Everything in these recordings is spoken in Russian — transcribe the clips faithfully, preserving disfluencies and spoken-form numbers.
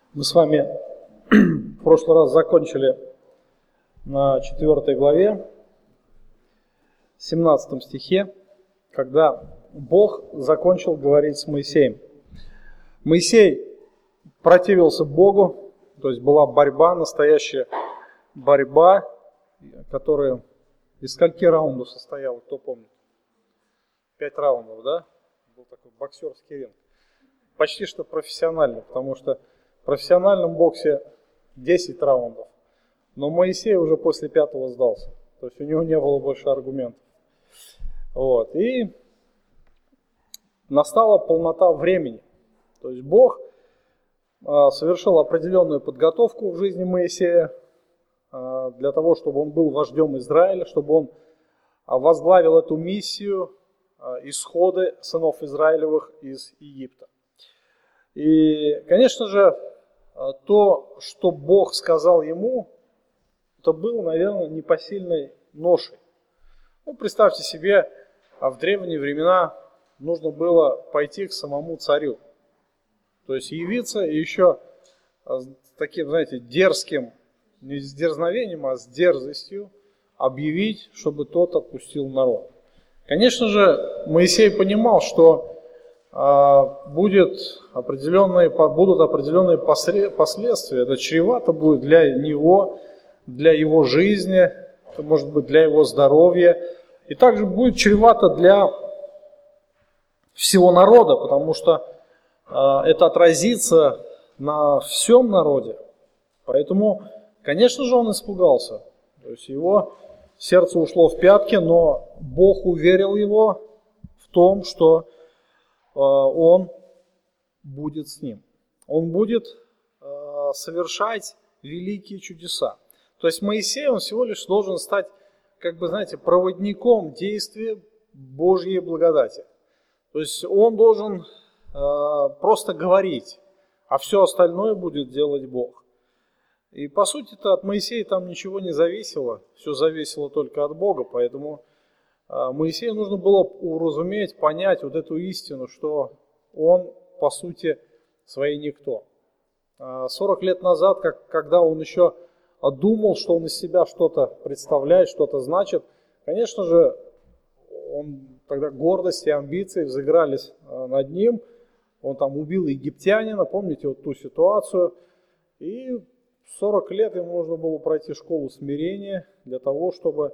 Мы с вами в прошлый раз закончили на четвёртой главе, семнадцатом стихе, когда Бог закончил говорить с Моисеем. Моисей противился Богу, то есть была борьба, настоящая борьба, которая из скольки раундов состояла, кто помнит? Пять раундов, да? Был такой боксерский ринг. Почти что профессиональный, потому что в профессиональном боксе десять раундов. Но Моисей уже после пятого сдался. То есть у него не было больше аргументов. Вот. И настала полнота времени. То есть Бог а, совершил определенную подготовку в жизни Моисея а, для того, чтобы он был вождем Израиля, чтобы он а, возглавил эту миссию а, исхода сынов Израилевых из Египта. И, конечно же, то, что Бог сказал ему, это было, наверное, непосильной ношей. Ну, представьте себе, а в древние времена нужно было пойти к самому царю. То есть явиться и еще с таким, знаете, дерзким, не с дерзновением, а с дерзостью объявить, чтобы тот отпустил народ. Конечно же, Моисей понимал, что будет определенные, будут определенные последствия. Это чревато будет для него, для его жизни, это может быть для его здоровья. И также будет чревато для всего народа, потому что это отразится на всем народе. Поэтому, конечно же, он испугался. То есть его сердце ушло в пятки, но Бог уверил его в том, что он будет с ним. Он будет э, совершать великие чудеса. То есть Моисей, он всего лишь должен стать, как бы, знаете, проводником действия Божьей благодати. То есть он должен э, просто говорить, а все остальное будет делать Бог. И по сути-то от Моисея там ничего не зависело, все зависело только от Бога, поэтому Моисею нужно было уразуметь, понять вот эту истину, что он, по сути, своей никто. сорок лет назад, как, когда он еще думал, что он из себя что-то представляет, что-то значит, конечно же, он, тогда гордость и амбиции взыгрались над ним. Он там убил египтянина, помните вот ту ситуацию. И сорок лет ему нужно было пройти школу смирения для того, чтобы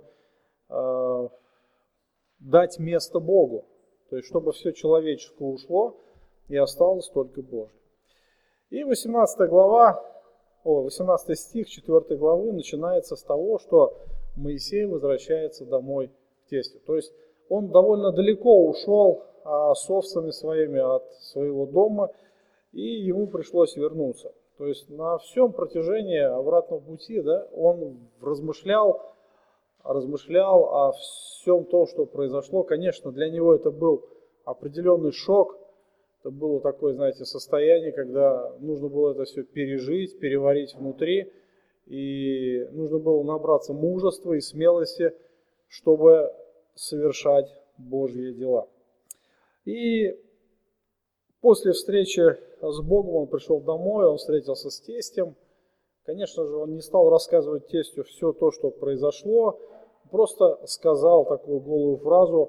дать место Богу, то есть чтобы все человеческое ушло и осталось только Божье. И восемнадцатая глава, о, восемнадцатый стих четвёртой главы начинается с того, что Моисей возвращается домой к тестю. То есть он довольно далеко ушел а, с овцами своими от своего дома, и ему пришлось вернуться. То есть на всем протяжении обратного пути, да, он размышлял, размышлял о всем том, что произошло. Конечно, для него это был определенный шок. Это было такое, знаете, состояние, когда нужно было это все пережить, переварить внутри. И нужно было набраться мужества и смелости, чтобы совершать Божьи дела. И после встречи с Богом он пришел домой, он встретился с тестем. Конечно же, он не стал рассказывать тестю все то, что произошло. Просто сказал такую голую фразу,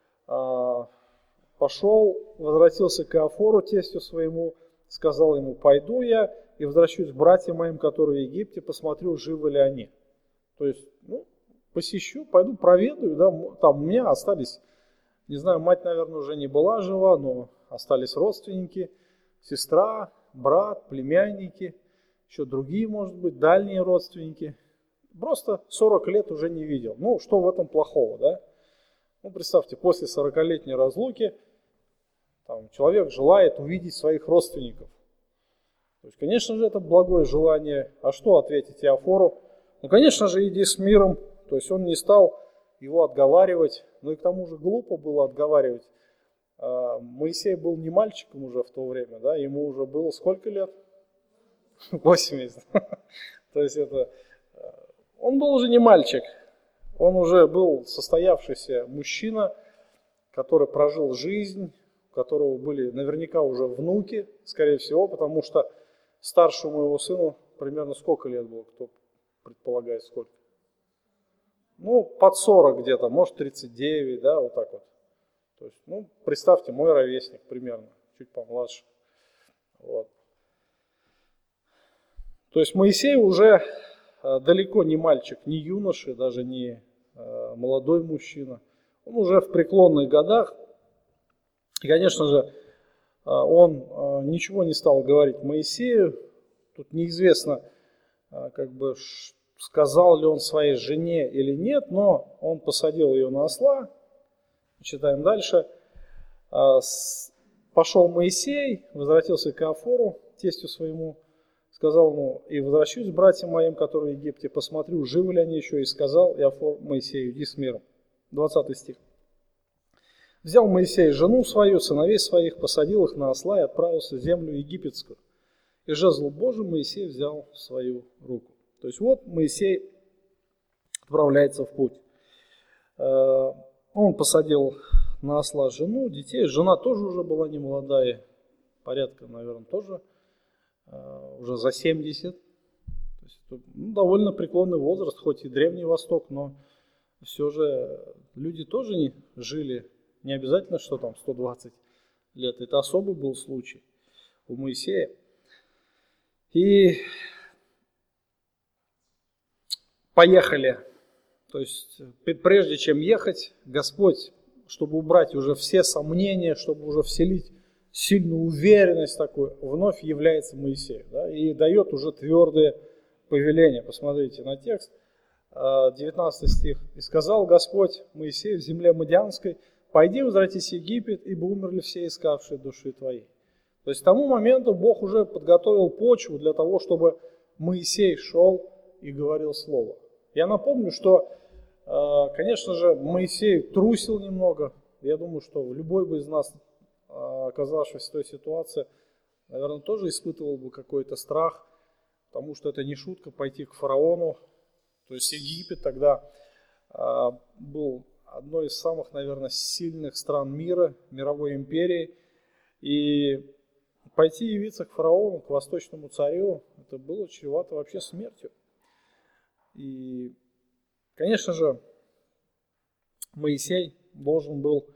пошел, возвратился к Иофору, тестю своему, сказал ему: пойду я и возвращусь к братьям моим, которые в Египте, посмотрю, живы ли они. То есть, ну, посещу, пойду проведаю, да, там у меня остались, не знаю, мать, наверное, уже не была жива, но остались родственники, сестра, брат, племянники, еще другие, может быть, дальние родственники. Просто сорок лет уже не видел. Ну, что в этом плохого, да? Ну, представьте, после сорокалетней разлуки там, человек желает увидеть своих родственников. То есть, конечно же, это благое желание. А что ответить Иофору? Ну, конечно же, иди с миром. То есть, он не стал его отговаривать. Ну, и к тому же глупо было отговаривать. Моисей был не мальчиком уже в то время, да? Ему уже было сколько лет? восемьдесят. То есть, это... Он был уже не мальчик, он уже был состоявшийся мужчина, который прожил жизнь, у которого были наверняка уже внуки, скорее всего, потому что старшему моего сыну примерно сколько лет было, кто предполагает сколько? Ну, под сорок где-то, может тридцать девять, да, вот так вот. То есть, ну, представьте, мой ровесник примерно, чуть помладше. Вот. То есть Моисей уже далеко не мальчик, не юноша, даже не молодой мужчина. Он уже в преклонных годах. И, конечно же, он ничего не стал говорить Моисею. Тут неизвестно, как бы, сказал ли он своей жене или нет, но он посадил ее на осла. Читаем дальше. Пошел Моисей, возвратился к Иофору, тестю своему, сказал ему: и возвращусь к братьям моим, которые в Египте, посмотрю, живы ли они еще. И сказал Иофор Моисею: иди с миром. двадцатый стих. Взял Моисей жену свою, сыновей своих, посадил их на осла и отправился в землю египетскую. И жезл Божий Моисей взял в свою руку. То есть вот Моисей отправляется в путь. Он посадил на осла жену, детей. Жена тоже уже была не молодая, порядка, наверное, тоже уже за семьдесят. То есть, ну, довольно преклонный возраст, хоть и Древний Восток, но все же люди тоже не жили. Не обязательно, что там сто двадцать лет. Это особый был случай у Моисея. И поехали. То есть прежде чем ехать, Господь, чтобы убрать уже все сомнения, чтобы уже вселить сильную уверенность такую, вновь является Моисею. Да, и дает уже твердые повеления. Посмотрите на текст, девятнадцатый стих. «И сказал Господь Моисею в земле Мадианской: пойди, возвратись в Египет, ибо умерли все искавшие души твоей». То есть к тому моменту Бог уже подготовил почву для того, чтобы Моисей шел и говорил слово. Я напомню, что, конечно же, Моисей трусил немного. Я думаю, что любой бы из нас, оказавшись в той ситуации, наверное, тоже испытывал бы какой-то страх, потому что это не шутка пойти к фараону. То есть Египет тогда был одной из самых, наверное, сильных стран мира, мировой империи. И пойти явиться к фараону, к восточному царю, это было чревато вообще смертью. И, конечно же, Моисей должен был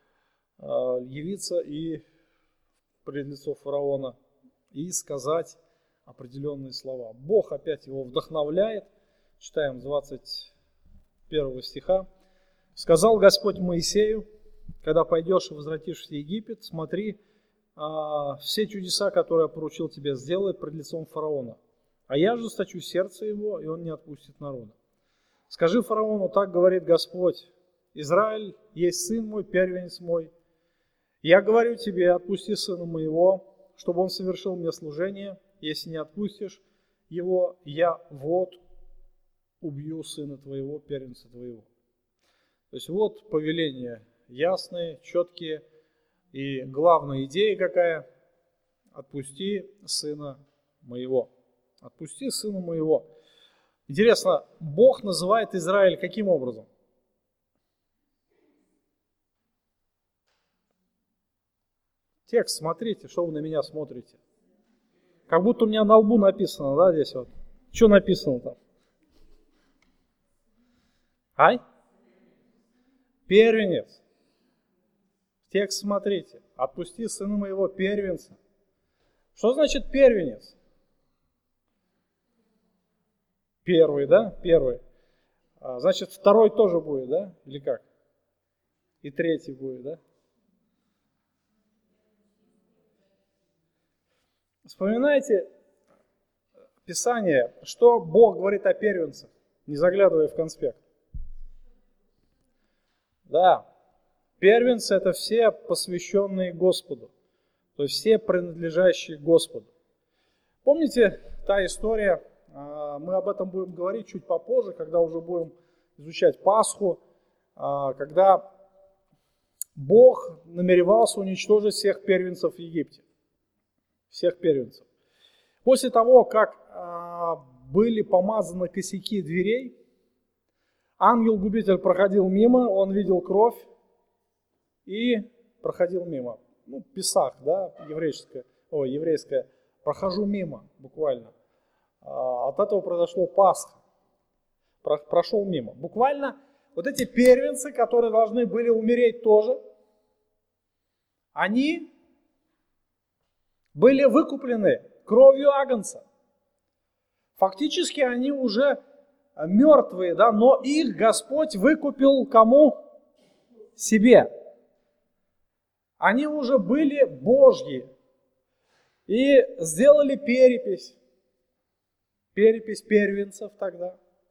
явиться и пред лицо фараона и сказать определенные слова. Бог опять его вдохновляет. Читаем двадцать первого стиха. «Сказал Господь Моисею: когда пойдешь и возвратишься в Египет, смотри, а, все чудеса, которые я поручил тебе, сделай пред лицом фараона. А я ожесточу сердце его, и он не отпустит народа. Скажи фараону: так говорит Господь: Израиль есть сын мой, первенец мой. Я говорю тебе: отпусти сына моего, чтобы он совершил мне служение. Если не отпустишь его, я вот убью сына твоего, первенца твоего». То есть вот повеления ясные, четкие. И главная идея какая? Отпусти сына моего. Отпусти сына моего. Интересно, Бог называет Израиль каким образом? Текст, смотрите, что вы на меня смотрите. Как будто у меня на лбу написано, да, здесь вот. Что написано там? Ай? Первенец. Текст смотрите. Отпусти сына моего, первенца. Что значит первенец? Первый, да? Первый. А, значит, второй тоже будет, да? Или как? И третий будет, да? Вспоминайте Писание, что Бог говорит о первенцах, не заглядывая в конспект. Да, первенцы — это все посвященные Господу, то есть все принадлежащие Господу. Помните та история, мы об этом будем говорить чуть попозже, когда уже будем изучать Пасху, когда Бог намеревался уничтожить всех первенцев в Египте. Всех первенцев. После того, как были помазаны косяки дверей, ангел-губитель проходил мимо, он видел кровь и проходил мимо. Ну, Песах, да, еврейское, о, еврейское прохожу мимо буквально. От этого произошло Пасха. Прошел мимо. Буквально вот эти первенцы, которые должны были умереть тоже, они были выкуплены кровью агнца. Фактически они уже мертвые, да, но их Господь выкупил кому? Себе. Они уже были Божьи и сделали перепись. Перепись первенцев тогда.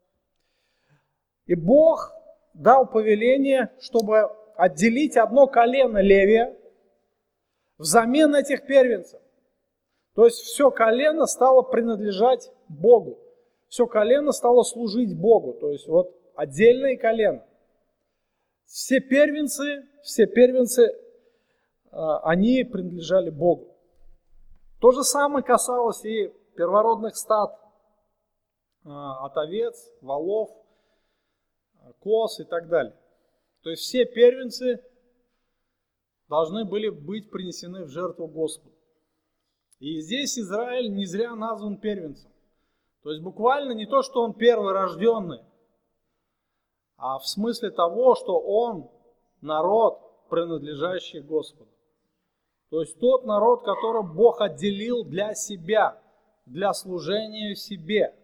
И Бог дал повеление, чтобы отделить одно колено Левия взамен этих первенцев. То есть все колено стало принадлежать Богу. Все колено стало служить Богу. То есть вот отдельные колена. Все первенцы, все первенцы, они принадлежали Богу. То же самое касалось и первородных стад. От овец, волов, коз и так далее. То есть все первенцы должны были быть принесены в жертву Господу. И здесь Израиль не зря назван первенцем. То есть буквально не то, что он первый рожденный, а в смысле того, что он народ, принадлежащий Господу. То есть тот народ, который Бог отделил для себя, для служения себе.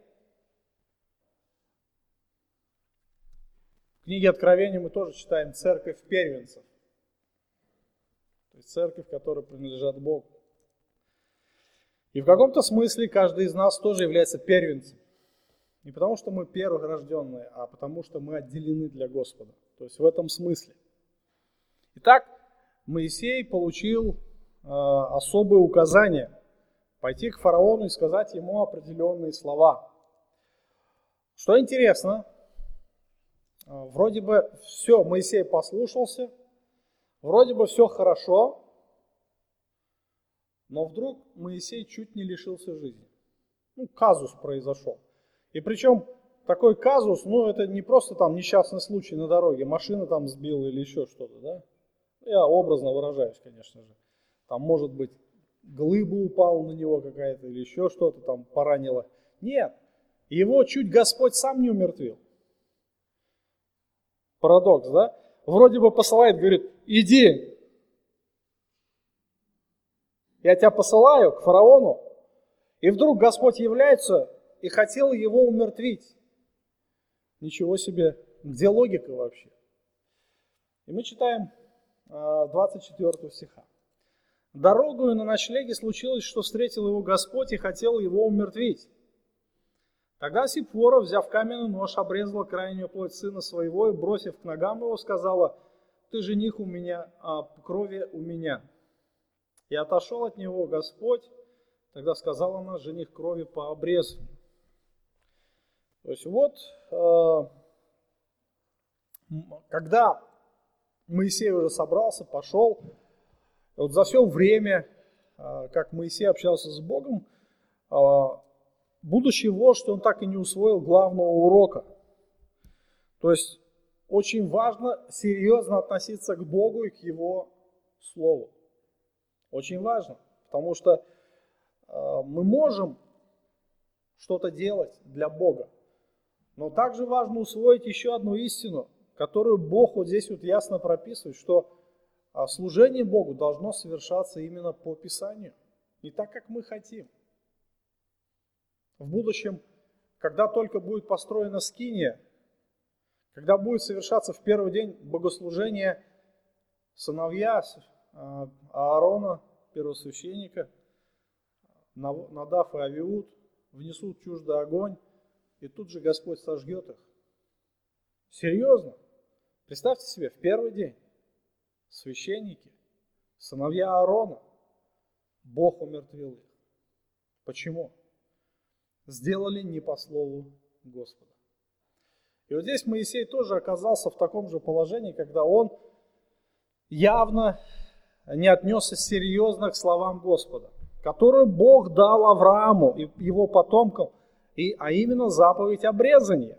В книге Откровения мы тоже читаем церковь первенцев. То есть церковь, которая принадлежит Богу. И в каком-то смысле каждый из нас тоже является первенцем. Не потому, что мы перворожденные, а потому, что мы отделены для Господа. То есть в этом смысле. Итак, Моисей получил э, особые указания пойти к фараону и сказать ему определенные слова. Что интересно, э, вроде бы все, Моисей послушался, вроде бы все хорошо, но вдруг Моисей чуть не лишился жизни. Ну, казус произошел. И причем такой казус, ну, это не просто там несчастный случай на дороге, машина там сбила или еще что-то, да? Я образно выражаюсь, конечно же. Там, может быть, глыба упала на него какая-то или еще что-то там поранило. Нет, его чуть Господь сам не умертвил. Парадокс, да? Вроде бы посылает, говорит, иди, я тебя посылаю к фараону, и вдруг Господь является и хотел его умертвить. Ничего себе, где логика вообще? И мы читаем двадцать четвёртого стиха. «Дорогою на ночлеге случилось, что встретил его Господь и хотел его умертвить. Тогда Сипфора, взяв каменный нож, обрезала крайнюю плоть сына своего и, бросив к ногам его, сказала, ты жених у меня, а крови у меня. И отошел от него Господь, тогда сказала она, жених крови по обрезу». То есть вот, когда Моисей уже собрался, пошел, вот за все время, как Моисей общался с Богом, будучи вождь, он так и не усвоил главного урока. То есть очень важно серьезно относиться к Богу и к Его Слову. Очень важно, потому что мы можем что-то делать для Бога, но также важно усвоить еще одну истину, которую Бог вот здесь вот ясно прописывает, что служение Богу должно совершаться именно по Писанию, не так, как мы хотим. В будущем, когда только будет построена скиния, когда будет совершаться в первый день богослужение, сыновья Аарона, первосвященника, Надав и Авиуд внесут чуждый огонь, и тут же Господь сожгет их. Серьезно? Представьте себе, в первый день священники, сыновья Аарона, Бог умертвил их. Почему? Сделали не по слову Господа. И вот здесь Моисей тоже оказался в таком же положении, когда он явно не отнесся серьезно к словам Господа, которые Бог дал Аврааму и его потомкам, и, а именно заповедь обрезания.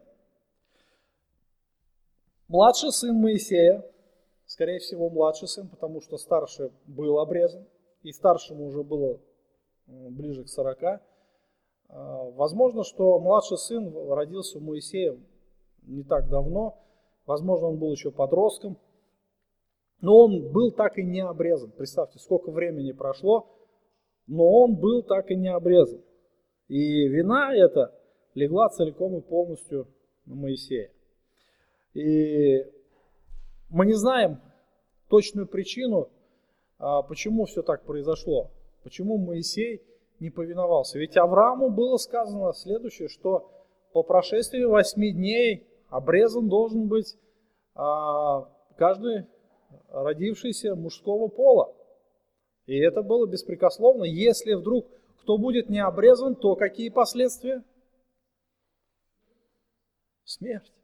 Младший сын Моисея, скорее всего младший сын, потому что старший был обрезан, и старшему уже было ближе к сорока. Возможно, что младший сын родился у Моисея не так давно. Возможно, он был еще подростком. Но он был так и не обрезан. Представьте, сколько времени прошло, но он был так и не обрезан. И вина эта легла целиком и полностью на Моисея. И мы не знаем точную причину, почему все так произошло. Почему Моисей не повиновался. Ведь Аврааму было сказано следующее, что по прошествии восьми дней обрезан должен быть каждый родившийся мужского пола. И это было беспрекословно. Если вдруг кто будет не обрезан, то какие последствия? Смерть.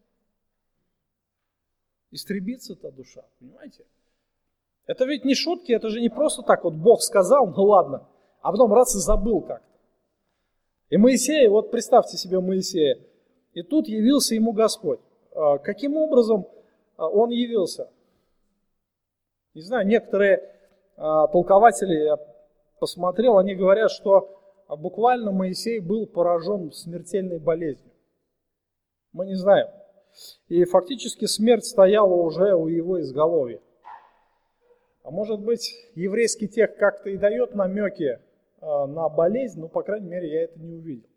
Истребится та душа, понимаете? Это ведь не шутки, это же не просто так вот Бог сказал, ну ладно, а потом раз и забыл как-то. И Моисей, вот представьте себе Моисея, и тут явился ему Господь. Каким образом он явился? Не знаю, некоторые толкователи, я посмотрел, они говорят, что буквально Моисей был поражен смертельной болезнью. Мы не знаем. И фактически смерть стояла уже у его изголовья. А может быть, еврейский текст как-то и дает намеки на болезнь, но, по крайней мере, я это не увидел.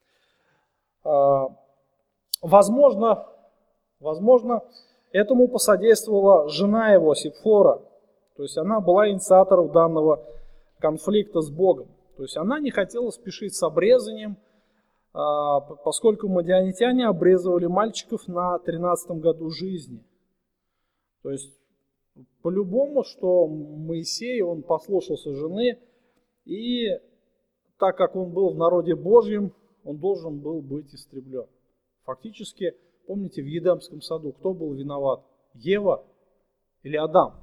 Возможно, возможно, этому посодействовала жена его, Сипфора. То есть она была инициатором данного конфликта с Богом. То есть она не хотела спешить с обрезанием, поскольку мадианитяне обрезывали мальчиков на тринадцатом году жизни. То есть по-любому, что Моисей, он послушался жены, и так как он был в народе Божьем, он должен был быть истреблен. Фактически, помните, в Едемском саду кто был виноват? Ева или Адам?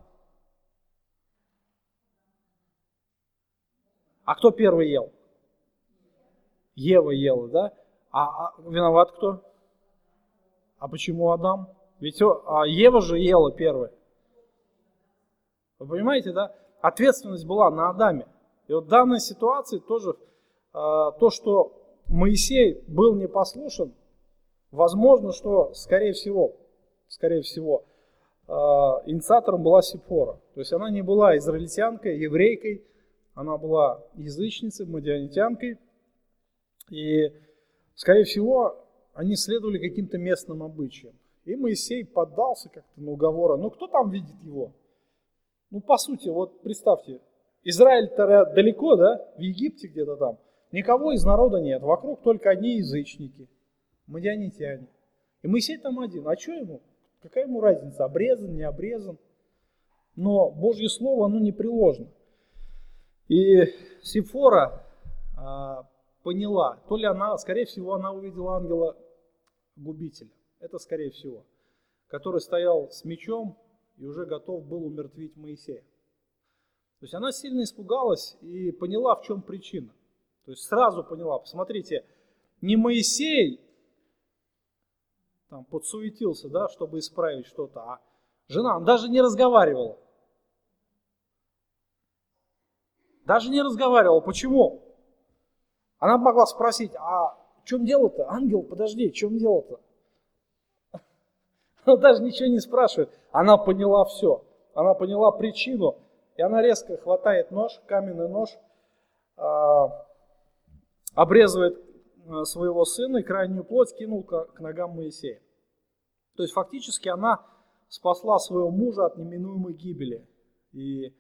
А кто первый ел? Ева ела, да? А, а виноват кто? А почему Адам? Ведь а Ева же ела первой. Вы понимаете, да? Ответственность была на Адаме. И вот в данной ситуации тоже э, то, что Моисей был непослушен, возможно, что, скорее всего, скорее всего, э, инициатором была Сипфора. То есть она не была израильтянкой, еврейкой, она была язычницей, мадианитянкой. И, скорее всего, они следовали каким-то местным обычаям. И Моисей поддался как-то на уговоры. Ну, кто там видит его? Ну, по сути, вот представьте, Израиль-то далеко, да, в Египте где-то там. Никого из народа нет, вокруг только одни язычники, мадианитяне. И Моисей там один. А что ему? Какая ему разница, обрезан, не обрезан? Но Божье Слово, оно непреложно. И Сипфора а, поняла, то ли она, скорее всего, она увидела ангела-губителя. Это скорее всего. Который стоял с мечом и уже готов был умертвить Моисея. То есть она сильно испугалась и поняла, в чем причина. То есть сразу поняла, посмотрите, не Моисей там подсуетился, да, чтобы исправить что-то, а жена, она даже не разговаривала. Даже не разговаривала. Почему? Она могла спросить, а в чем дело-то? Ангел, подожди, в чем дело-то? Она даже ничего не спрашивает. Она поняла все. Она поняла причину. И она резко хватает нож, каменный нож, обрезывает своего сына и крайнюю плоть кинул к ногам Моисея. То есть фактически она спасла своего мужа от неминуемой гибели. И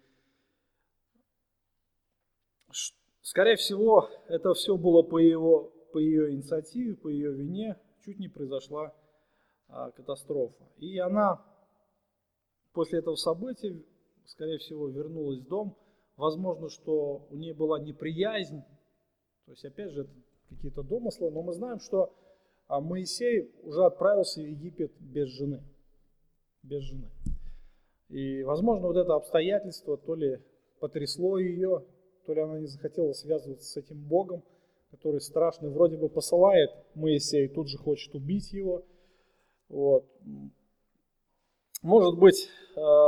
скорее всего, это все было по, его, по ее инициативе, по ее вине. Чуть не произошла а, катастрофа. И она после этого события, скорее всего, вернулась в дом. Возможно, что у нее была неприязнь. То есть, опять же, это какие-то домыслы. Но мы знаем, что Моисей уже отправился в Египет без жены. Без жены. И, возможно, вот это обстоятельство то ли потрясло ее, то ли она не захотела связываться с этим Богом, который страшный, вроде бы посылает Моисея и тут же хочет убить его. Вот. Может быть,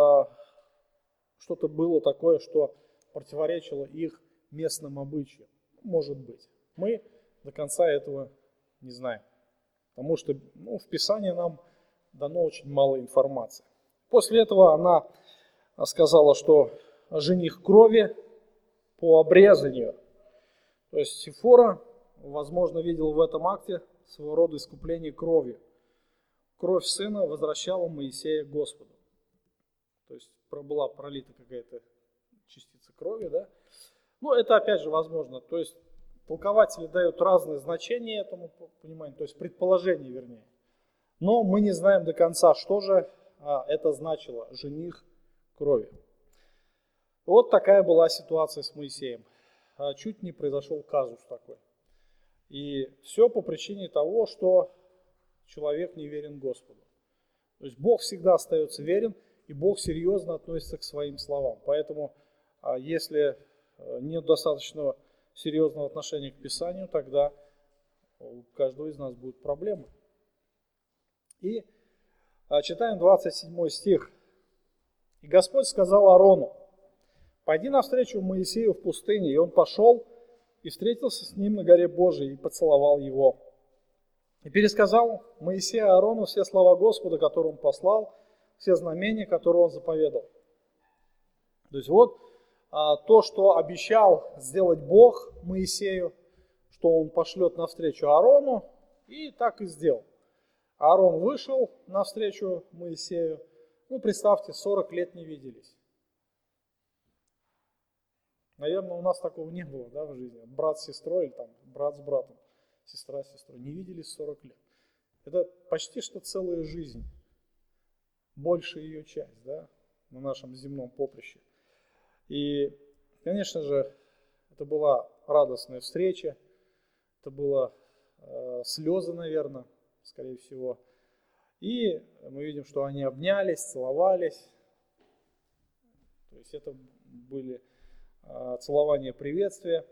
что-то было такое, что противоречило их местным обычаям. Может быть. Мы до конца этого не знаем. Потому что ну, в Писании нам дано очень мало информации. После этого она сказала, что жених крови по обрезанию. То есть Сифора, возможно, видел в этом акте своего рода искупление кровью. Кровь сына возвращала Моисея к Господу. То есть была пролита какая-то частица крови, да? Ну, это опять же возможно. То есть толкователи дают разные значения этому пониманию, то есть предположение, вернее. Но мы не знаем до конца, что же а, это значило, жених крови. Вот такая была ситуация с Моисеем. А, чуть не произошел казус такой. И все по причине того, что человек не верен Господу. То есть Бог всегда остается верен, и Бог серьезно относится к своим словам. Поэтому, а, если нет достаточно серьезного отношения к Писанию, тогда у каждого из нас будут проблемы. И читаем двадцать седьмой стих. «И Господь сказал Аарону: пойди навстречу Моисею в пустыне. И он пошел и встретился с ним на горе Божией и поцеловал его. И пересказал Моисею Аарону все слова Господа, которые он послал, все знамения, которые он заповедал». То есть вот а, то, что обещал сделать Бог Моисею, что он пошлет навстречу Аарону, и так и сделал. Аарон вышел навстречу Моисею. Ну, представьте, сорок лет не виделись. Наверное, у нас такого не было, да, в жизни. Брат с сестрой, или там брат с братом, сестра с сестрой. Не виделись сорок лет. Это почти что целая жизнь. Большая ее часть, да, на нашем земном поприще. И, конечно же, это была радостная встреча. Это было э, слезы, наверное, скорее всего. И мы видим, что они обнялись, целовались. То есть это были э, целования приветствия.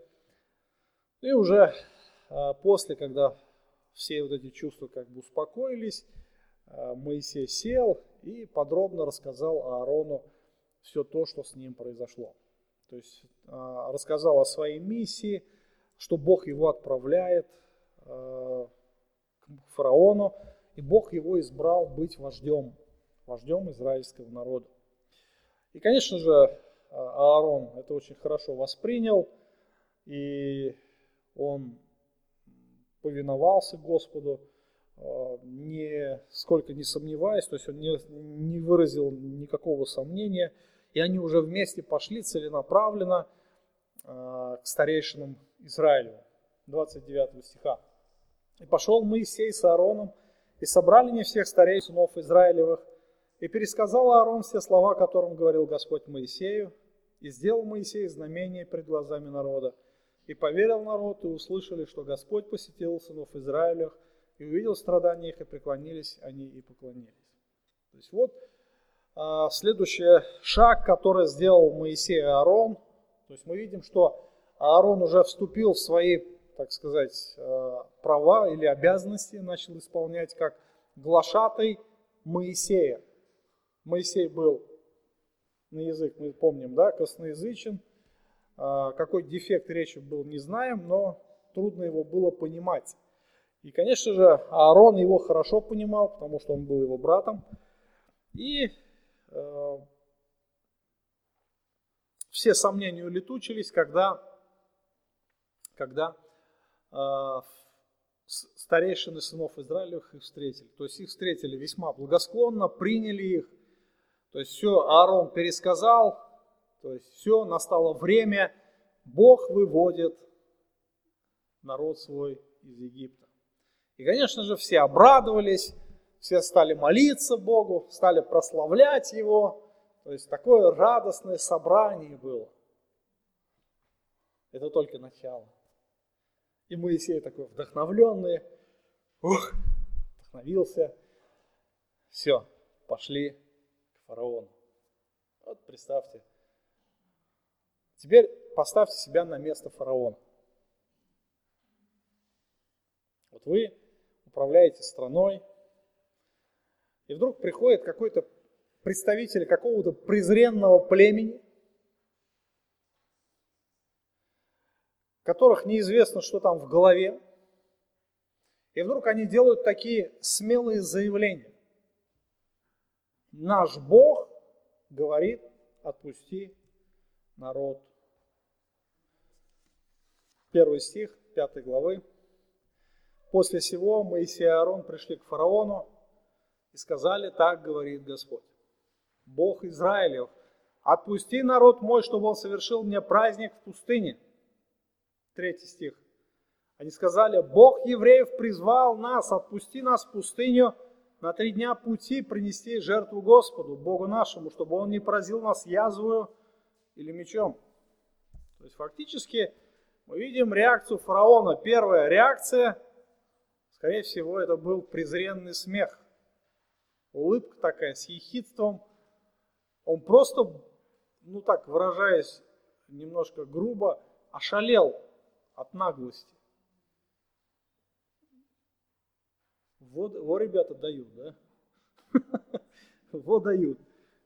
И уже э, после, когда все вот эти чувства как бы успокоились, э, Моисей сел и подробно рассказал Аарону все то, что с ним произошло. То есть э, рассказал о своей миссии, что Бог его отправляет э, к фараону, и Бог его избрал быть вождем, вождем израильского народа. И, конечно же, Аарон это очень хорошо воспринял, и он повиновался Господу, нисколько не сомневаясь, то есть он не, не выразил никакого сомнения, и они уже вместе пошли целенаправленно к старейшинам Израилю. двадцать девятого стиха. «И пошел Моисей с Аароном, и собрали не всех старей сынов Израилевых, и пересказал Аарон все слова, которым говорил Господь Моисею, и сделал Моисей знамение пред глазами народа. И поверил народ, и услышали, что Господь посетил сынов Израилевых, и увидел страдания их, и преклонились они, и поклонились». То есть вот а, следующий шаг, который сделал Моисей и Аарон. То есть мы видим, что Аарон уже вступил в свои, так сказать, права или обязанности, начал исполнять как глашатай Моисея. Моисей был на язык, мы помним, да, косноязычен. Какой дефект речи был, не знаем, но трудно его было понимать. И, конечно же, Аарон его хорошо понимал, потому что он был его братом. И э, все сомнения улетучились, когда, когда э, старейшины сынов Израилевых их встретили. То есть их встретили весьма благосклонно, приняли их. То есть все Аарон пересказал, то есть все, настало время, Бог выводит народ свой из Египта. И, конечно же, все обрадовались, все стали молиться Богу, стали прославлять Его. То есть такое радостное собрание было. Это только начало. И Моисей такой вдохновленный, ух, вдохновился. Все, пошли к фараону. Вот представьте. Теперь поставьте себя на место фараона. Вот вы управляете страной, и вдруг приходит какой-то представитель какого-то презренного племени, которых неизвестно, что там в голове. И вдруг они делают такие смелые заявления. Наш Бог говорит, отпусти народ. Первый стих пятой главы. После сего Моисей и Аарон пришли к фараону и сказали, так говорит Господь, Бог Израилев, отпусти народ мой, чтобы он совершил мне праздник в пустыне. Третий стих. Они сказали, Бог евреев призвал нас, отпусти нас в пустыню на три дня пути принести жертву Господу, Богу нашему, чтобы Он не поразил нас язвою или мечом. То есть фактически мы видим реакцию фараона. Первая реакция, скорее всего, это был презренный смех. Улыбка такая с ехидством. Он просто, ну так выражаясь немножко грубо, ошалел от наглости. Вот, вот ребята дают, да? Вот дают.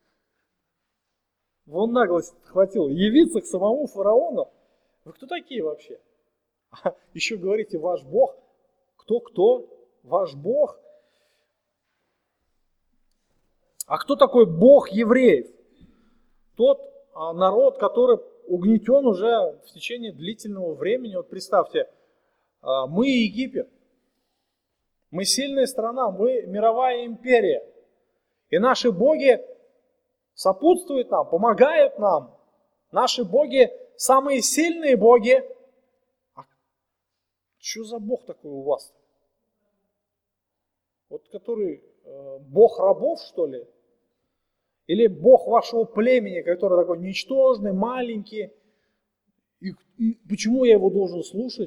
Вон наглость хватило. Явиться к самому фараону. Вы кто такие вообще? Еще говорите, ваш Бог. Кто-кто? Ваш Бог. А кто такой Бог евреев? Тот народ, который угнетен уже в течение длительного времени. Вот представьте, мы Египет. Мы сильная страна, мы мировая империя. И наши боги сопутствуют нам, помогают нам. Наши боги самые сильные боги. А что за Бог такой у вас? Вот который э, Бог рабов, что ли? Или Бог вашего племени, который такой ничтожный, маленький? И, и почему я его должен слушать?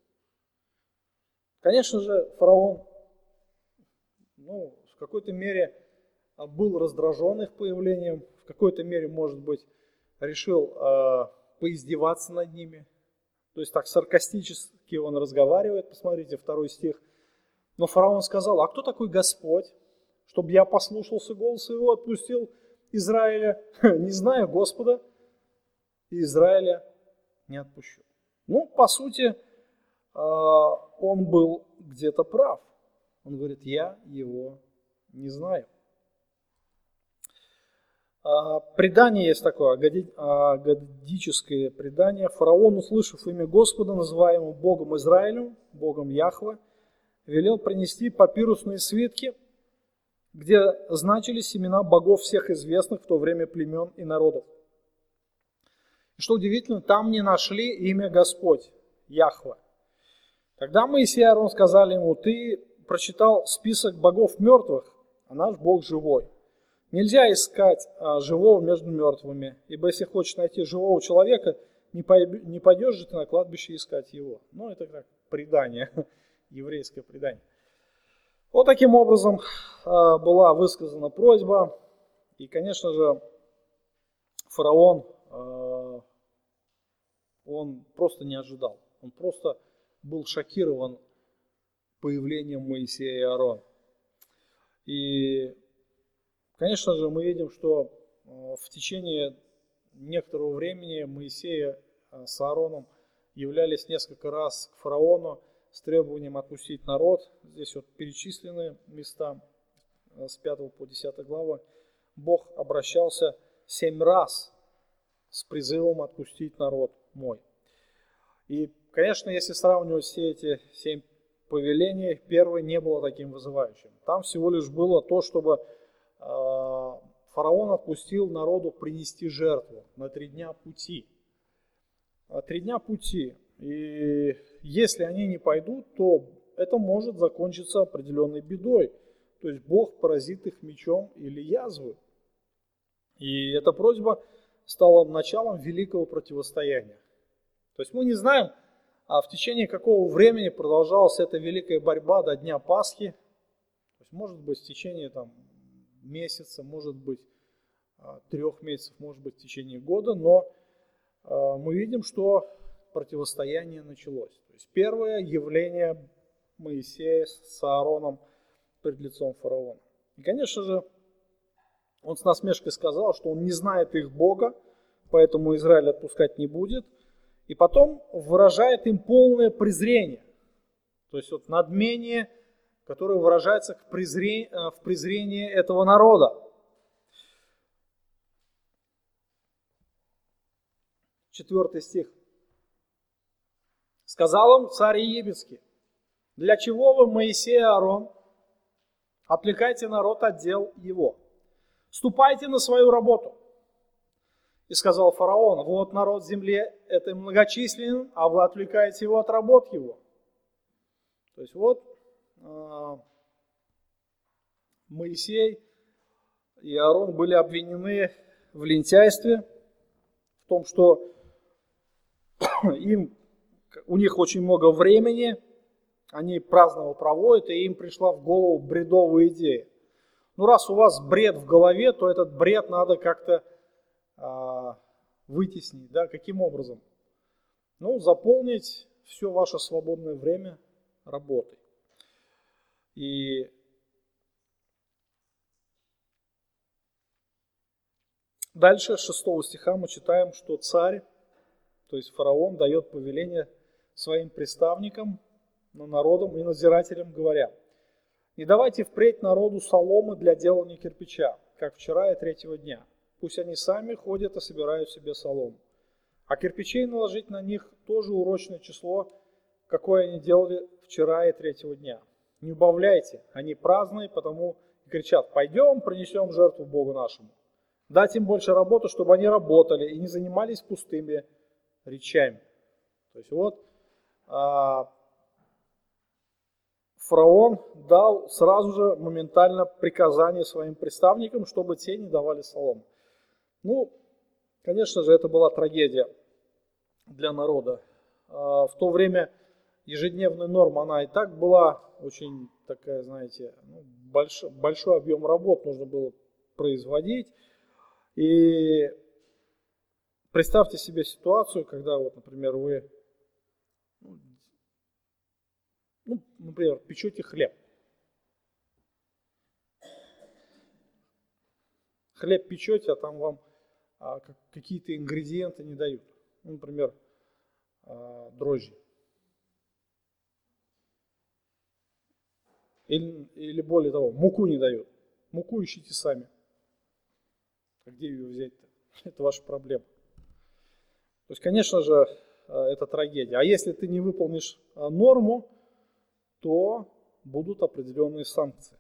Конечно же, фараон, ну, в какой-то мере был раздражен их появлением, в какой-то мере, может быть, решил э, поиздеваться над ними. То есть так саркастически он разговаривает, посмотрите, второй стих. Но фараон сказал, а кто такой Господь, чтобы я послушался голоса его, отпустил Израиля? Не знаю Господа, и Израиля не отпущу. Ну, по сути, он был где-то прав. Он говорит, я его не знаю. Предание есть такое, агадическое предание. Фараон, услышав имя Господа, называемого Богом Израилем, Богом Яхве, велел принести папирусные свитки, где значились имена богов всех известных в то время племен и народов. И что удивительно, там не нашли имя Господь, Яхве. Тогда Моисей и Аарон сказали ему, ты прочитал список богов мертвых, а наш Бог живой. Нельзя искать а, живого между мертвыми, ибо если хочешь найти живого человека, не пойдешь же ты на кладбище искать его. Ну, это как предание, еврейское предание. Вот таким образом а, была высказана просьба, и, конечно же, фараон, а, он просто не ожидал, он просто был шокирован появлением Моисея и Аарона. И, конечно же, мы видим, что в течение некоторого времени Моисей с Аароном являлись несколько раз к фараону с требованием отпустить народ. Здесь вот перечислены места с пятой по десятую главу. Бог обращался семь раз с призывом отпустить народ мой. И, конечно, если сравнивать все эти семь повелений, первое не было таким вызывающим. Там всего лишь было то, чтобы э, фараон отпустил народу принести жертву на три дня пути. Три дня пути. И если они не пойдут, то это может закончиться определенной бедой. То есть Бог поразит их мечом или язвой. И эта просьба стала началом великого противостояния. То есть мы не знаем, а в течение какого времени продолжалась эта великая борьба до Дня Пасхи. То есть, может быть, в течение там, месяца, может быть, трех месяцев, может быть, в течение года. Но э, мы видим, что противостояние началось. То есть первое явление Моисея с Аароном пред лицом фараона. И, конечно же, он с насмешкой сказал, что он не знает их Бога, поэтому Израиль отпускать не будет. И потом выражает им полное презрение. То есть вот надмение, которое выражается в презрении, в презрении этого народа. Четвертый стих. Сказал им царь египетский: для чего вы, Моисей и Аарон, отвлекайте народ от дел его? Ступайте на свою работу. И сказал фараон: вот народ земле этой многочисленен, а вы отвлекаете его от работ его. То есть вот э, Моисей и Аарон были обвинены в лентяйстве, в том, что им, у них очень много времени, они праздново проводят, и им пришла в голову бредовая идея. Ну, раз у вас бред в голове, то этот бред надо как-то э, вытеснить. Да? Каким образом? Ну, заполнить все ваше свободное время работой. И дальше, с шестого стиха, мы читаем, что царь, то есть фараон, дает повеление своим приставникам, над народом и надзирателям, говоря: не давайте впредь народу соломы для делания кирпича, как вчера и третьего дня. Пусть они сами ходят и собирают себе солому. А кирпичей наложить на них тоже урочное число, какое они делали вчера и третьего дня. Не убавляйте, они праздные, потому и кричат: пойдем, принесем жертву Богу нашему. Дать им больше работы, чтобы они работали и не занимались пустыми речами. То есть вот а, фараон дал сразу же моментально приказание своим приставникам, чтобы те не давали солому. Ну, конечно же, это была трагедия для народа. А, в то время ежедневная норма, она и так была очень такая, знаете, ну, большой, большой объем работ нужно было производить. И представьте себе ситуацию, когда, вот, например, вы, ну, например, печете хлеб. Хлеб печете, а там вам а, какие-то ингредиенты не дают. Ну, например, а, дрожжи. Или, или более того, муку не дают. Муку ищите сами. А где ее взять-то? Это ваша проблема. То есть, конечно же, это трагедия. А если ты не выполнишь норму, то будут определенные санкции.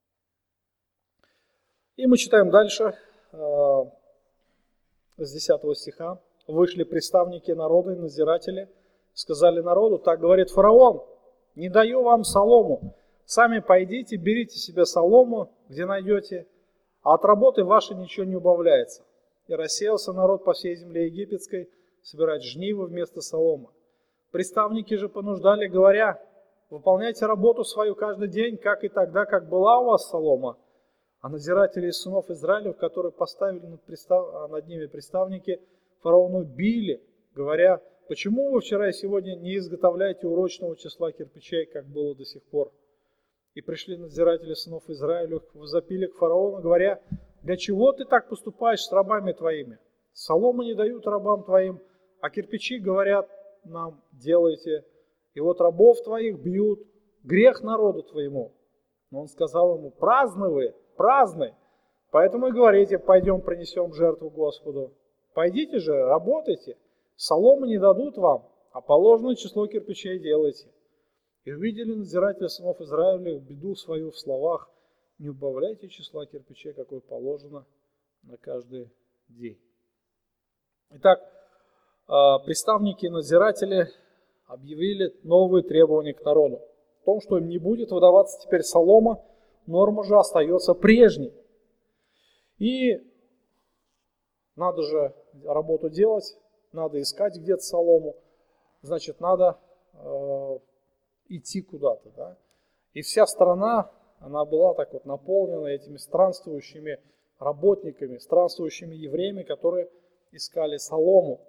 И мы читаем дальше, с десятого стиха. Вышли приставники народа и надзиратели, сказали народу: так говорит фараон, не даю вам солому. Сами пойдите, берите себе солому, где найдете, а от работы вашей ничего не убавляется. И рассеялся народ по всей земле египетской собирать жнивы вместо соломы. Приставники же понуждали, говоря: выполняйте работу свою каждый день, как и тогда, как была у вас солома. А надзиратели из сынов Израилев, которые поставили над, пристав... над ними приставники, фараону били, говоря: почему вы вчера и сегодня не изготовляете урочного числа кирпичей, как было до сих пор? И пришли надзиратели сынов Израилев, возопили к фараону, говоря: для чего ты так поступаешь с рабами твоими? Солому не дают рабам твоим, а кирпичи, говорят, нам делайте. И вот рабов твоих бьют, грех народу твоему. Но он сказал ему: праздны вы, праздны. Поэтому и говорите: пойдем принесем жертву Господу. Пойдите же, работайте. Солому не дадут вам, а положенное число кирпичей делайте. И увидели надзиратели сынов Израиля беду свою в словах: не убавляйте числа кирпичей, какое положено на каждый день. Итак, приставники и надзиратели объявили новые требования к народу. В том, что им не будет выдаваться теперь солома, норма же остается прежней. И надо же работу делать, надо искать где-то солому, значит, надо э, идти куда-то. Да? И вся страна, она была так вот наполнена этими странствующими работниками, странствующими евреями, которые искали солому.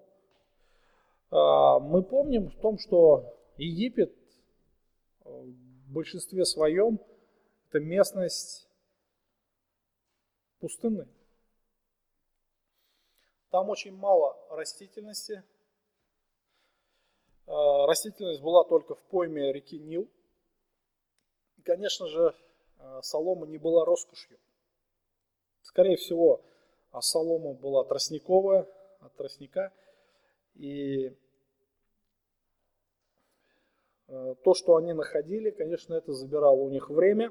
Мы помним в том, что Египет в большинстве своем это местность пустынная. Там очень мало растительности, растительность была только в пойме реки Нил. И, конечно же, солома не была роскошью. Скорее всего, солома была тростниковая, от тростника. И то, что они находили, конечно, это забирало у них время.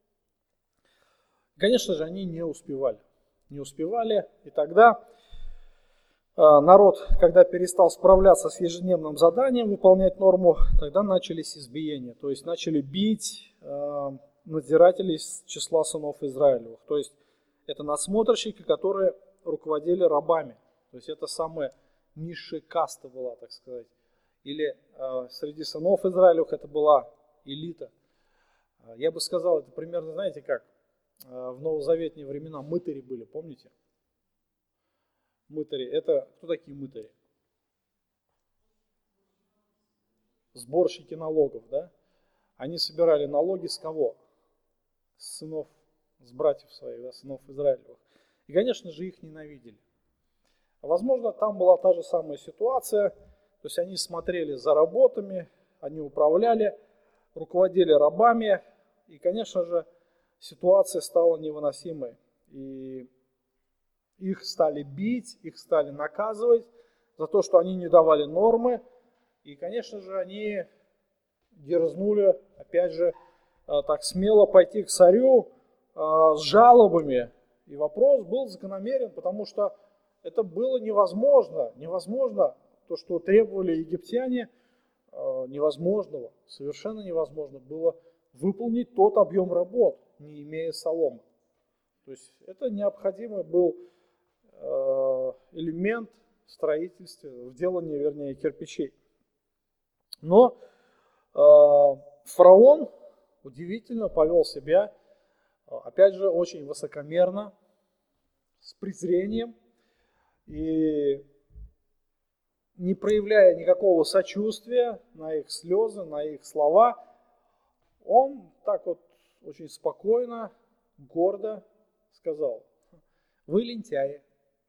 Конечно же, они не успевали. Не успевали. И тогда народ, когда перестал справляться с ежедневным заданием, выполнять норму, тогда начались избиения. То есть начали бить надзирателей из числа сынов Израилевых. То есть это надсмотрщики, которые руководили рабами. То есть это самая низшая каста была, так сказать. Или э, среди сынов Израилевых это была элита. Я бы сказал, это примерно, знаете как, э, в новозаветные времена мытари были, помните? Мытари. Это кто такие мытари? Сборщики налогов, да? Они собирали налоги с кого? С сынов, с братьев своих, да, сынов Израилевых. И, конечно же, их ненавидели. Возможно, там была та же самая ситуация. То есть они смотрели за работами, они управляли, руководили рабами. И, конечно же, ситуация стала невыносимой. И их стали бить, их стали наказывать за то, что они не давали нормы. И, конечно же, они дерзнули, опять же, так смело пойти к царю с жалобами. И вопрос был закономерен, потому что это было невозможно. Невозможно то, что требовали египтяне, невозможного, совершенно невозможно было выполнить тот объем работ, не имея соломы. То есть это необходимый был элемент в строительстве, в делании, вернее, кирпичей. Но фараон удивительно повел себя, опять же, очень высокомерно, с презрением и не проявляя никакого сочувствия на их слезы, на их слова. Он так вот очень спокойно, гордо сказал: вы лентяи.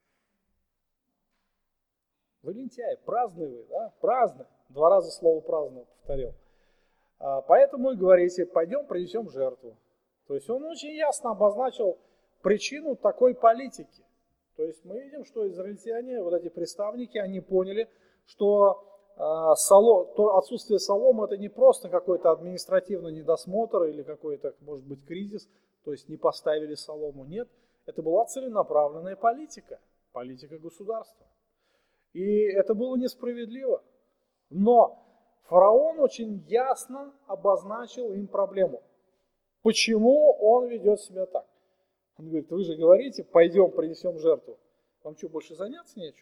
Вы лентяи, праздные вы, да? Праздны. Два раза слово праздно повторил. Поэтому и говорите, пойдем принесем жертву. То есть он очень ясно обозначил причину такой политики. То есть мы видим, что израильтяне, вот эти представники, они поняли, что э, соло, то отсутствие соломы это не просто какой-то административный недосмотр или какой-то, может быть, кризис, то есть не поставили солому. Нет, это была целенаправленная политика, политика государства. И это было несправедливо. Но фараон очень ясно обозначил им проблему. Почему он ведет себя так? Он говорит: вы же говорите, пойдем принесем жертву. Вам что, больше заняться нечего?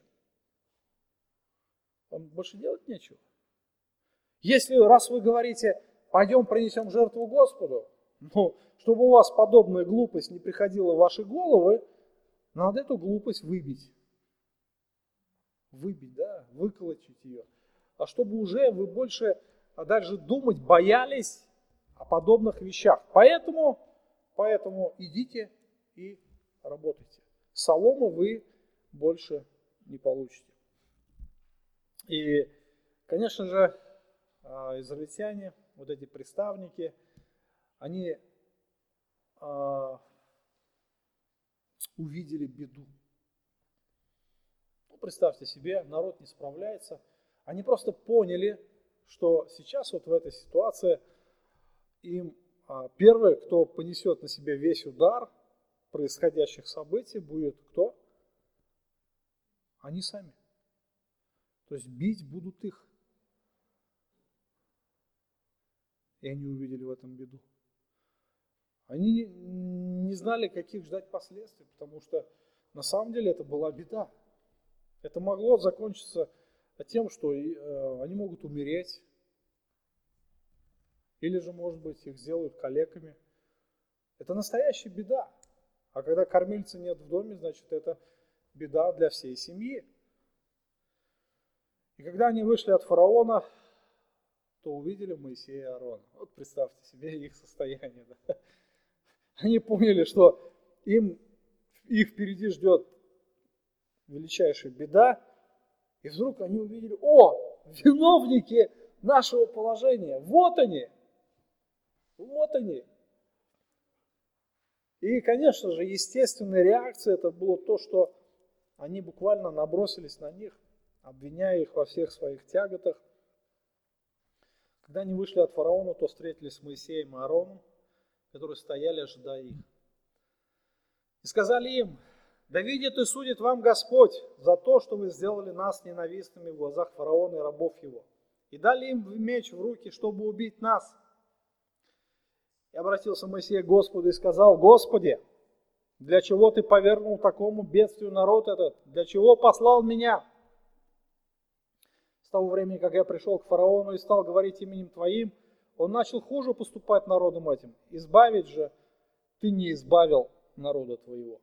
Вам больше делать нечего? Если раз вы говорите, пойдем принесем жертву Господу, ну, чтобы у вас подобная глупость не приходила в ваши головы, надо эту глупость выбить. Выбить, да, выколотить ее. А чтобы уже вы больше даже думать боялись о подобных вещах. Поэтому, поэтому идите и работайте. Солому вы больше не получите. И, конечно же, израильтяне, вот эти представники, они э, увидели беду. Ну, представьте себе, народ не справляется. Они просто поняли, что сейчас вот в этой ситуации им э, первый, кто понесет на себе весь удар происходящих событий, будет кто? Они сами. То есть бить будут их. И они увидели в этом беду. Они не знали, каких ждать последствий, потому что на самом деле это была беда. Это могло закончиться тем, что они могут умереть, или же, может быть, их сделают калеками. Это настоящая беда. А когда кормильца нет в доме, значит, это беда для всей семьи. И когда они вышли от фараона, то увидели Моисея и Аарона. Вот представьте себе их состояние. Да? Они поняли, что им, их впереди ждет величайшая беда. И вдруг они увидели: о, виновники нашего положения. Вот они. Вот они. И, конечно же, естественной реакцией это было то, что они буквально набросились на них, обвиняя их во всех своих тяготах. Когда они вышли от фараона, то встретились с Моисеем и Аароном, которые стояли, ожидая их. И сказали им: да видит и судит вам Господь за то, что вы сделали нас ненавистными в глазах фараона и рабов его. И дали им меч в руки, чтобы убить нас. И обратился Моисей к Господу и сказал: Господи, для чего ты повергнул такому бедствию народ этот? Для чего послал меня? С того времени, как я пришел к фараону и стал говорить именем Твоим, он начал хуже поступать народом этим. Избавить же ты не избавил народа Твоего.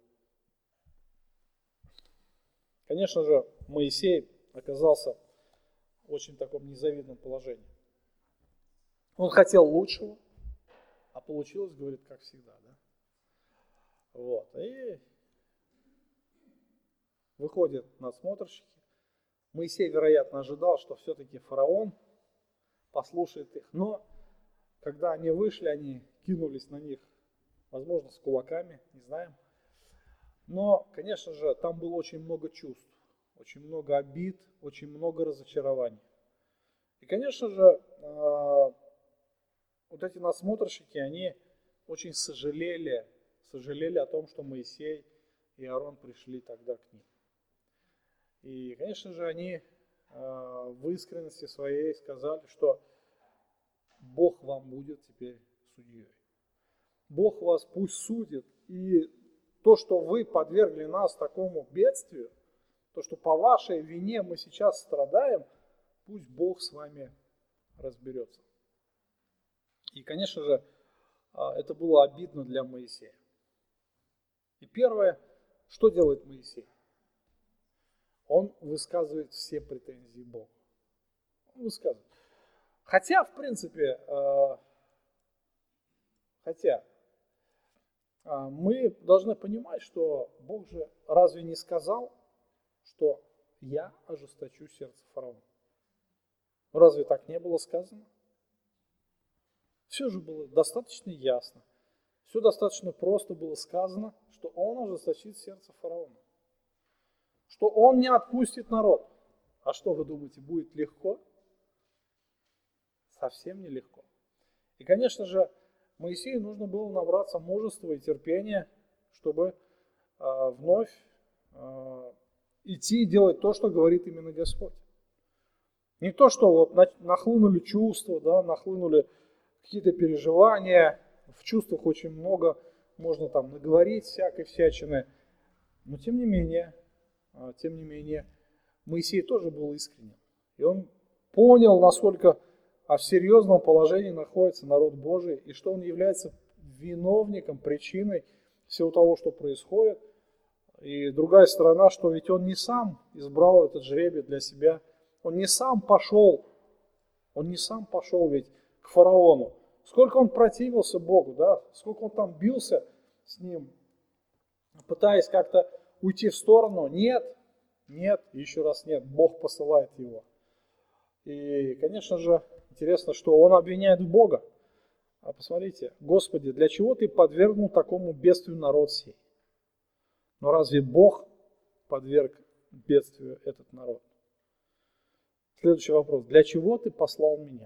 Конечно же, Моисей оказался в очень таком незавидном положении. Он хотел лучшего, а получилось, говорит, как всегда. Да? Вот. И выходят надсмотрщики. Моисей, вероятно, ожидал, что все-таки фараон послушает их. Но когда они вышли, они кинулись на них, возможно, с кулаками, не знаем. Но, конечно же, там было очень много чувств, очень много обид, очень много разочарований. И, конечно же, вот эти надсмотрщики, они очень сожалели, сожалели о том, что Моисей и Аарон пришли тогда к ним. И, конечно же, они в искренности своей сказали, что Бог вам будет теперь судьей. Бог вас пусть судит. И то, что вы подвергли нас такому бедствию, то, что по вашей вине мы сейчас страдаем, пусть Бог с вами разберется. И, конечно же, это было обидно для Моисея. И первое, что делает Моисей? Он высказывает все претензии Богу. Он высказывает. Хотя, в принципе, хотя мы должны понимать, что Бог же разве не сказал, что я ожесточу сердце фараона? Разве так не было сказано? Все же было достаточно ясно. Все достаточно просто было сказано, что он ожесточит сердце фараона. Что он не отпустит народ. А что вы думаете, будет легко? Совсем не легко. И, конечно же, Моисею нужно было набраться мужества и терпения, чтобы э, вновь э, идти и делать то, что говорит именно Господь. Не то, что вот нахлынули чувства, да, нахлынули какие-то переживания, в чувствах очень много можно там наговорить всякой всячины, но тем не менее, тем не менее, Моисей тоже был искренним. И он понял, насколько в серьезном положении находится народ Божий, и что он является виновником, причиной всего того, что происходит. И другая сторона, что ведь он не сам избрал этот жребий для себя, он не сам пошел, он не сам пошел ведь к фараону. Сколько он противился Богу, да, сколько он там бился с ним, пытаясь как-то уйти в сторону. Нет, нет, еще раз нет, Бог посылает его. И, конечно же, интересно, что он обвиняет Бога. А посмотрите, Господи, для чего ты подвергнул такому бедствию народ сей? Но разве Бог подверг бедствию этот народ? Следующий вопрос. Для чего ты послал меня?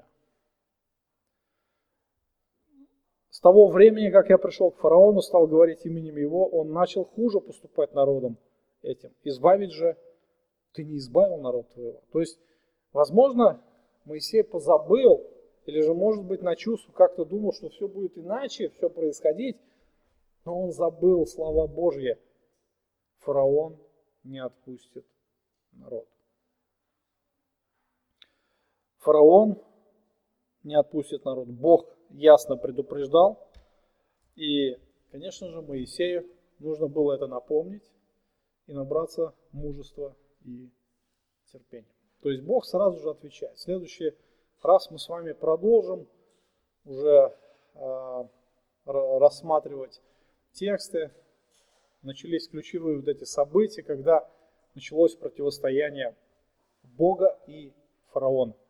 С того времени, как я пришел к фараону, стал говорить именем его, он начал хуже поступать народом этим. Избавить же ты не избавил народ твоего. То есть, возможно, Моисей позабыл, или же, может быть, на чувство как-то думал, что все будет иначе, все происходить, но он забыл слова Божьи. Фараон не отпустит народ. Фараон не отпустит народ. Бог ясно предупреждал. И, конечно же, Моисею нужно было это напомнить и набраться мужества и терпения. То есть Бог сразу же отвечает. В следующий раз мы с вами продолжим уже э, рассматривать тексты. Начались ключевые вот эти события, когда началось противостояние Бога и фараон